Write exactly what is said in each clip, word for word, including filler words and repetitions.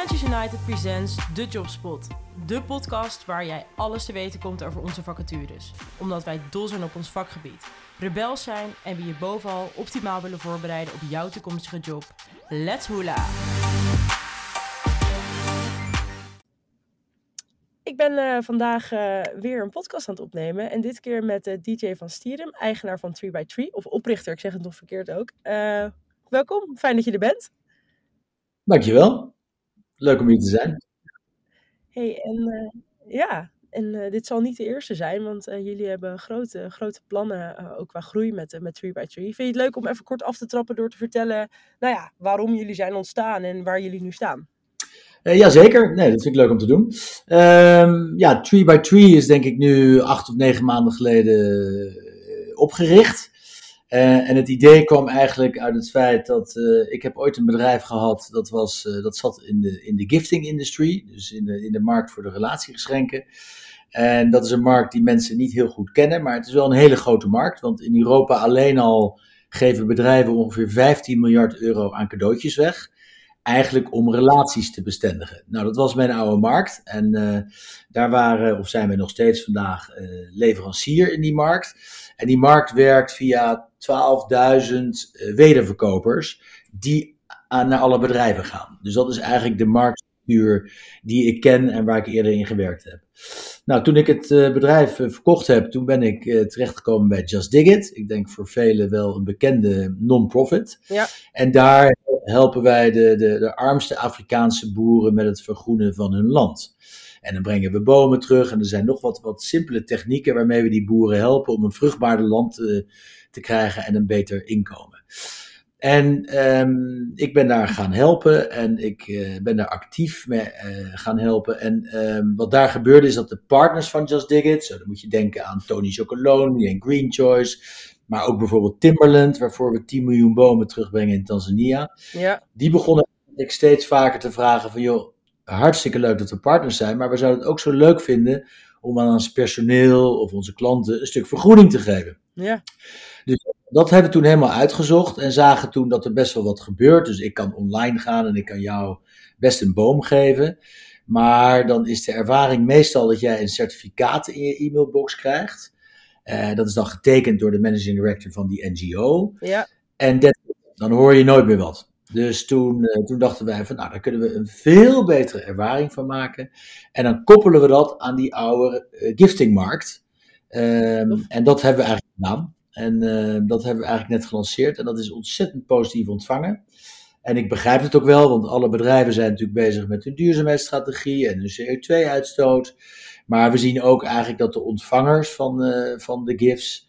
Freelancers United presents The Jobspot. De podcast waar jij alles te weten komt over onze vacatures. Omdat wij dol zijn op ons vakgebied, rebels zijn en we je bovenal optimaal willen voorbereiden op jouw toekomstige job. Let's hula! Ik ben uh, vandaag uh, weer een podcast aan het opnemen. En dit keer met uh, D J van Stierum, eigenaar van three by three. Of oprichter, ik zeg het nog verkeerd ook. Uh, welkom, fijn dat je er bent. Dankjewel. Leuk om hier te zijn. Hey, en uh, ja, en uh, dit zal niet de eerste zijn, want uh, jullie hebben grote, grote plannen, uh, ook qua groei met, uh, met three by three. Vind je het leuk om even kort af te trappen door te vertellen, nou ja, waarom jullie zijn ontstaan en waar jullie nu staan? Uh, Jazeker, nee, dat vind ik leuk om te doen. Uh, ja, three by three is denk ik nu acht of negen maanden geleden uh, opgericht. Uh, en het idee kwam eigenlijk uit het feit dat uh, ik heb ooit een bedrijf gehad, dat, was, uh, dat zat in de, in de gifting industry, dus in de, in de markt voor de relatiegeschenken. En dat is een markt die mensen niet heel goed kennen, maar het is wel een hele grote markt, want in Europa alleen al geven bedrijven ongeveer vijftien miljard euro aan cadeautjes weg. Eigenlijk om relaties te bestendigen. Nou, dat was mijn oude markt. En uh, daar waren, of zijn we nog steeds vandaag, uh, leverancier in die markt. En die markt werkt via twaalfduizend uh, wederverkopers die aan, naar alle bedrijven gaan. Dus dat is eigenlijk de marktstructuur die ik ken en waar ik eerder in gewerkt heb. Nou, toen ik het uh, bedrijf uh, verkocht heb, toen ben ik uh, terechtgekomen bij Just Dig It. Ik denk voor velen wel een bekende non-profit. Ja. En daar helpen wij de, de, de armste Afrikaanse boeren met het vergroenen van hun land. En dan brengen we bomen terug en er zijn nog wat, wat simpele technieken waarmee we die boeren helpen om een vruchtbaarder land te, te krijgen en een beter inkomen. En um, ik ben daar gaan helpen en ik uh, ben daar actief mee uh, gaan helpen. En um, wat daar gebeurde is dat de partners van Just Dig It, zo dan moet je denken aan Tony Chocolonely en Green Choice, maar ook bijvoorbeeld Timberland, waarvoor we tien miljoen bomen terugbrengen in Tanzania. Ja. Die begonnen ik steeds vaker te vragen van, joh, hartstikke leuk dat we partners zijn, maar we zouden het ook zo leuk vinden om aan ons personeel of onze klanten een stuk vergroening te geven. Ja. Dus dat hebben we toen helemaal uitgezocht en zagen toen dat er best wel wat gebeurt. Dus ik kan online gaan en ik kan jou best een boom geven. Maar dan is de ervaring meestal dat jij een certificaat in je e-mailbox krijgt. Uh, dat is dan getekend door de managing director van die N G O. Ja. En dat, dan hoor je nooit meer wat. Dus toen, uh, toen dachten wij van, nou, daar kunnen we een veel betere ervaring van maken. En dan koppelen we dat aan die oude uh, giftingmarkt. Um, en dat hebben we eigenlijk gedaan. En uh, dat hebben we eigenlijk net gelanceerd. En dat is ontzettend positief ontvangen. En ik begrijp het ook wel, want alle bedrijven zijn natuurlijk bezig met hun duurzaamheidsstrategie en hun C O twee uitstoot. Maar we zien ook eigenlijk dat de ontvangers van, uh, van de gifts,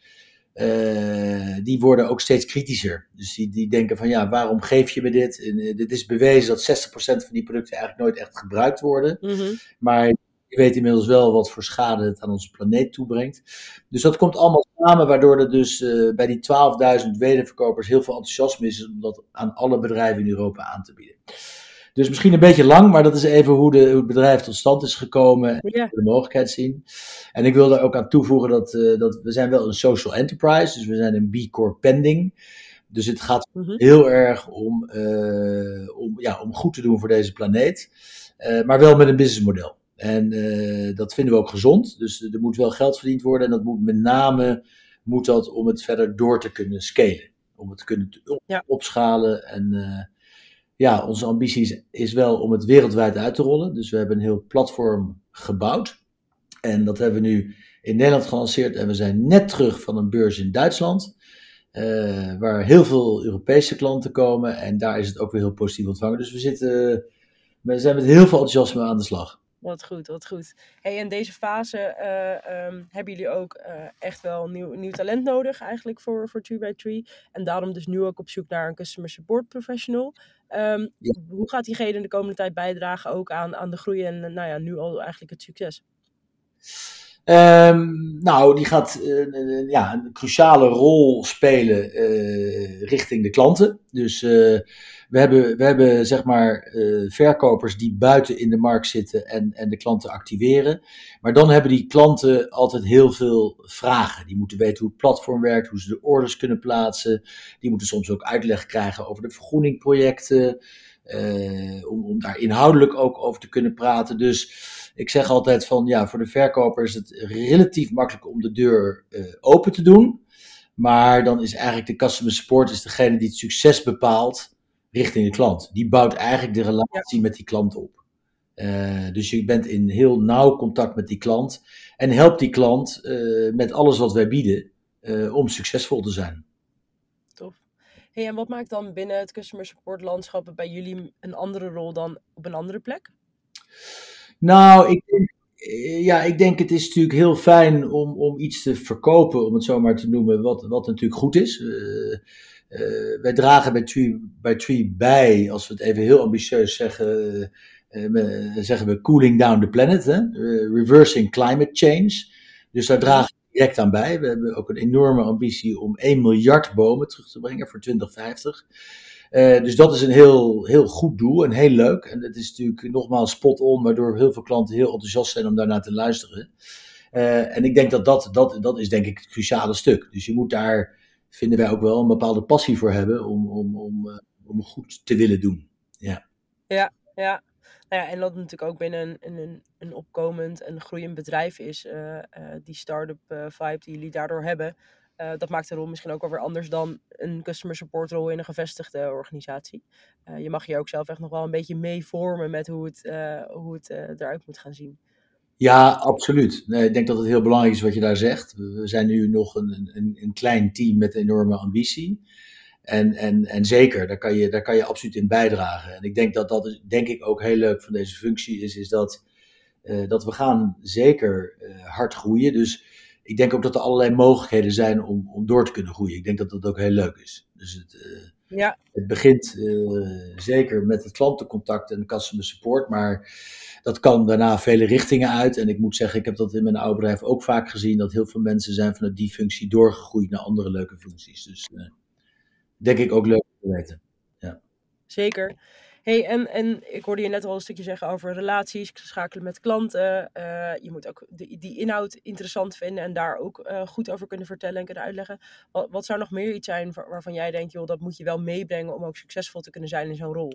uh, die worden ook steeds kritischer. Dus die, die denken van, ja, waarom geef je me dit? En, uh, dit is bewezen dat zestig procent van die producten eigenlijk nooit echt gebruikt worden. Mm-hmm. Maar je weet inmiddels wel wat voor schade het aan onze planeet toebrengt. Dus dat komt allemaal samen, waardoor er dus uh, bij die twaalfduizend wederverkopers heel veel enthousiasme is om dat aan alle bedrijven in Europa aan te bieden. Dus misschien een beetje lang, maar dat is even hoe, de, hoe het bedrijf tot stand is gekomen en Ja. de mogelijkheid zien. En ik wil daar ook aan toevoegen dat, uh, dat we zijn wel een social enterprise, dus we zijn een B Corp pending. Dus het gaat Mm-hmm. heel erg om, uh, om, ja, om goed te doen voor deze planeet, uh, maar wel met een businessmodel. En uh, dat vinden we ook gezond. Dus er moet wel geld verdiend worden. En dat moet met name moet dat om het verder door te kunnen scalen. Om het te kunnen op- Ja. opschalen. En uh, ja, onze ambitie is, is wel om het wereldwijd uit te rollen. Dus we hebben een heel platform gebouwd. En dat hebben we nu in Nederland gelanceerd. En we zijn net terug van een beurs in Duitsland. Uh, waar heel veel Europese klanten komen. En daar is het ook weer heel positief ontvangen. Dus we, zitten, we zijn met heel veel enthousiasme aan de slag. Wat goed, wat goed. Hey, in deze fase uh, um, hebben jullie ook uh, echt wel nieuw, nieuw talent nodig eigenlijk voor, voor three by three. En daarom dus nu ook op zoek naar een customer support professional. Um, Ja. Hoe gaat diegene in de komende tijd bijdragen ook aan, aan de groei en nou ja, nu al eigenlijk het succes? Um, nou, die gaat uh, uh, ja, een cruciale rol spelen uh, richting de klanten. Dus uh, we hebben, we hebben zeg maar uh, verkopers die buiten in de markt zitten en, en de klanten activeren. Maar dan hebben die klanten altijd heel veel vragen. Die moeten weten hoe het platform werkt, hoe ze de orders kunnen plaatsen. Die moeten soms ook uitleg krijgen over de vergroeningprojecten. uh, om, om daar inhoudelijk ook over te kunnen praten. Dus ik zeg altijd van, ja, voor de verkoper is het relatief makkelijk om de deur uh, open te doen. Maar dan is eigenlijk de customer support is degene die het succes bepaalt richting de klant. Die bouwt eigenlijk de relatie ja. met die klant op. Uh, dus je bent in heel nauw contact met die klant en helpt die klant uh, met alles wat wij bieden uh, om succesvol te zijn. Tof. Hey, en wat maakt dan binnen het customer support landschap bij jullie een andere rol dan op een andere plek? Nou, ik denk, ja, ik denk het is natuurlijk heel fijn om, om iets te verkopen, om het zo maar te noemen, wat, wat natuurlijk goed is. Uh, uh, wij dragen bij Tree, bij Tree bij, als we het even heel ambitieus zeggen, uh, zeggen we cooling down the planet, hè? Uh, reversing climate change. Dus daar dragen we direct aan bij. We hebben ook een enorme ambitie om één miljard bomen terug te brengen voor twintig vijftig. Uh, dus dat is een heel, heel goed doel en heel leuk. En het is natuurlijk nogmaals spot on, waardoor heel veel klanten heel enthousiast zijn om daarnaar te luisteren. Uh, en ik denk dat dat, dat dat is denk ik het cruciale stuk. Dus je moet daar, vinden wij ook wel, een bepaalde passie voor hebben om, om, om, uh, om goed te willen doen. Ja, ja, ja. Nou ja, en dat natuurlijk ook binnen een, een, een opkomend en groeiend bedrijf is, uh, uh, die start-up uh, vibe die jullie daardoor hebben. Uh, dat maakt de rol misschien ook wel weer anders dan een customer support rol in een gevestigde organisatie. Uh, je mag hier ook zelf echt nog wel een beetje mee vormen met hoe het, uh, hoe het uh, eruit moet gaan zien. Ja, absoluut. Nee, ik denk dat het heel belangrijk is wat je daar zegt. We zijn nu nog een, een, een klein team met een enorme ambitie. En, en, en zeker, daar kan, je, daar kan je absoluut in bijdragen. En ik denk dat dat, denk ik, ook heel leuk van deze functie is, is dat, uh, dat we gaan zeker uh, hard groeien. Dus ik denk ook dat er allerlei mogelijkheden zijn om, om door te kunnen groeien. Ik denk dat dat ook heel leuk is. Dus het, uh, ja. het begint uh, zeker met het klantencontact en de customer support, maar dat kan daarna vele richtingen uit. En ik moet zeggen, ik heb dat in mijn oude bedrijf ook vaak gezien, dat heel veel mensen zijn vanuit die functie doorgegroeid naar andere leuke functies. Dus uh, denk ik ook leuk om te weten. Ja. Zeker. Hey, en, en ik hoorde je net al een stukje zeggen over relaties, schakelen met klanten. Uh, je moet ook de, die inhoud interessant vinden en daar ook uh, goed over kunnen vertellen en kunnen uitleggen. Wat, wat zou nog meer iets zijn waarvan jij denkt, joh, dat moet je wel meebrengen om ook succesvol te kunnen zijn in zo'n rol?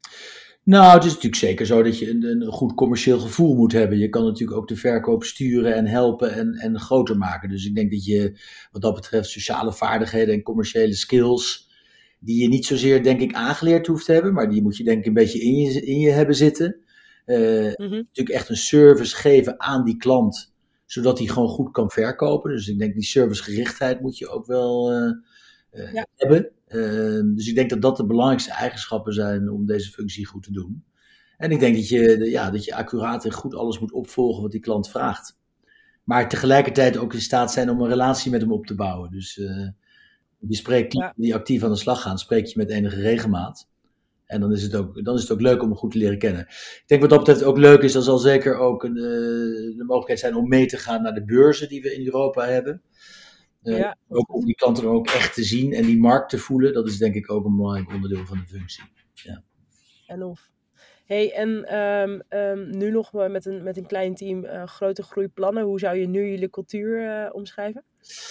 Nou, het is natuurlijk zeker zo dat je een, een goed commercieel gevoel moet hebben. Je kan natuurlijk ook de verkoop sturen en helpen en, en groter maken. Dus ik denk dat je wat dat betreft sociale vaardigheden en commerciële skills, die je niet zozeer, denk ik, aangeleerd hoeft te hebben, maar die moet je, denk ik, een beetje in je, in je hebben zitten. Uh, mm-hmm. Natuurlijk echt een service geven aan die klant, zodat hij gewoon goed kan verkopen. Dus ik denk die servicegerichtheid moet je ook wel uh, uh, ja. hebben. Uh, dus ik denk dat dat de belangrijkste eigenschappen zijn om deze functie goed te doen. En ik denk dat je, ja, dat je accuraat en goed alles moet opvolgen wat die klant vraagt. Maar tegelijkertijd ook in staat zijn om een relatie met hem op te bouwen. Dus uh, je spreekt ja. die actief aan de slag gaan, spreek je met enige regelmaat. En dan is, het ook, dan is het ook leuk om hem goed te leren kennen. Ik denk wat dat betreft ook leuk is, dat zal zeker ook een, uh, de mogelijkheid zijn om mee te gaan naar de beurzen die we in Europa hebben. Uh, ja. Ook om die klanten ook echt te zien en die markt te voelen. Dat is denk ik ook een belangrijk onderdeel van de functie. Ja. En of. Hey, en um, um, nu nog met een, met een klein team uh, grote groeiplannen. Hoe zou je nu jullie cultuur uh, omschrijven?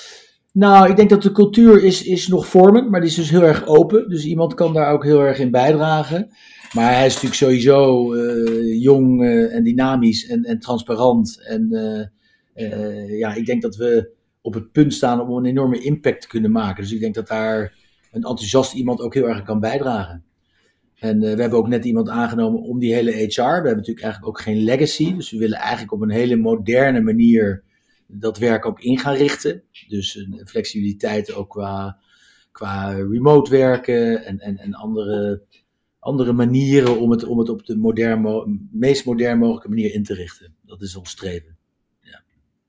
Nou, ik denk dat de cultuur is, is nog vormend, maar die is dus heel erg open. Dus iemand kan daar ook heel erg in bijdragen. Maar hij is natuurlijk sowieso uh, jong uh, en dynamisch en, en transparant. En uh, uh, ja, ik denk dat we op het punt staan om een enorme impact te kunnen maken. Dus ik denk dat daar een enthousiast iemand ook heel erg kan bijdragen. En uh, we hebben ook net iemand aangenomen om die hele H R. We hebben natuurlijk eigenlijk ook geen legacy. Dus we willen eigenlijk op een hele moderne manier dat werk ook in gaan richten. Dus een flexibiliteit ook qua, qua remote werken en, en, en andere, andere manieren om het, om het op de modern, meest modern mogelijke manier in te richten. Dat is ons streven. Ja.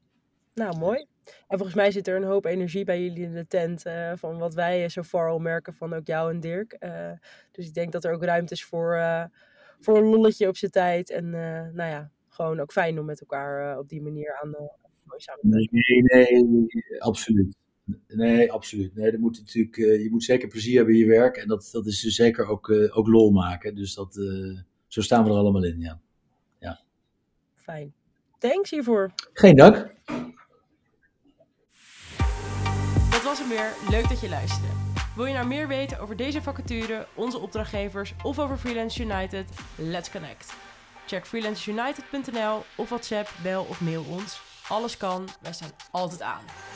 Nou, mooi. En volgens mij zit er een hoop energie bij jullie in de tent uh, van wat wij zo far al merken van ook jou en Dirk. Uh, dus ik denk dat er ook ruimte is voor, uh, voor een lolletje op z'n tijd. En uh, nou ja, gewoon ook fijn om met elkaar uh, op die manier aan de Nee, nee, nee, absoluut. Nee, absoluut. Nee, dat moet natuurlijk, uh, je moet zeker plezier hebben in je werk. En dat, dat is dus zeker ook, uh, ook lol maken. Dus dat, uh, zo staan we er allemaal in, ja. ja. Fijn. Thanks hiervoor. Geen dank. Dat was hem weer. Leuk dat je luisterde. Wil je nou meer weten over deze vacature, onze opdrachtgevers of over Freelance United? Let's connect. Check freelance united punt n l of WhatsApp, bel of mail ons. Alles kan, wij staan altijd aan.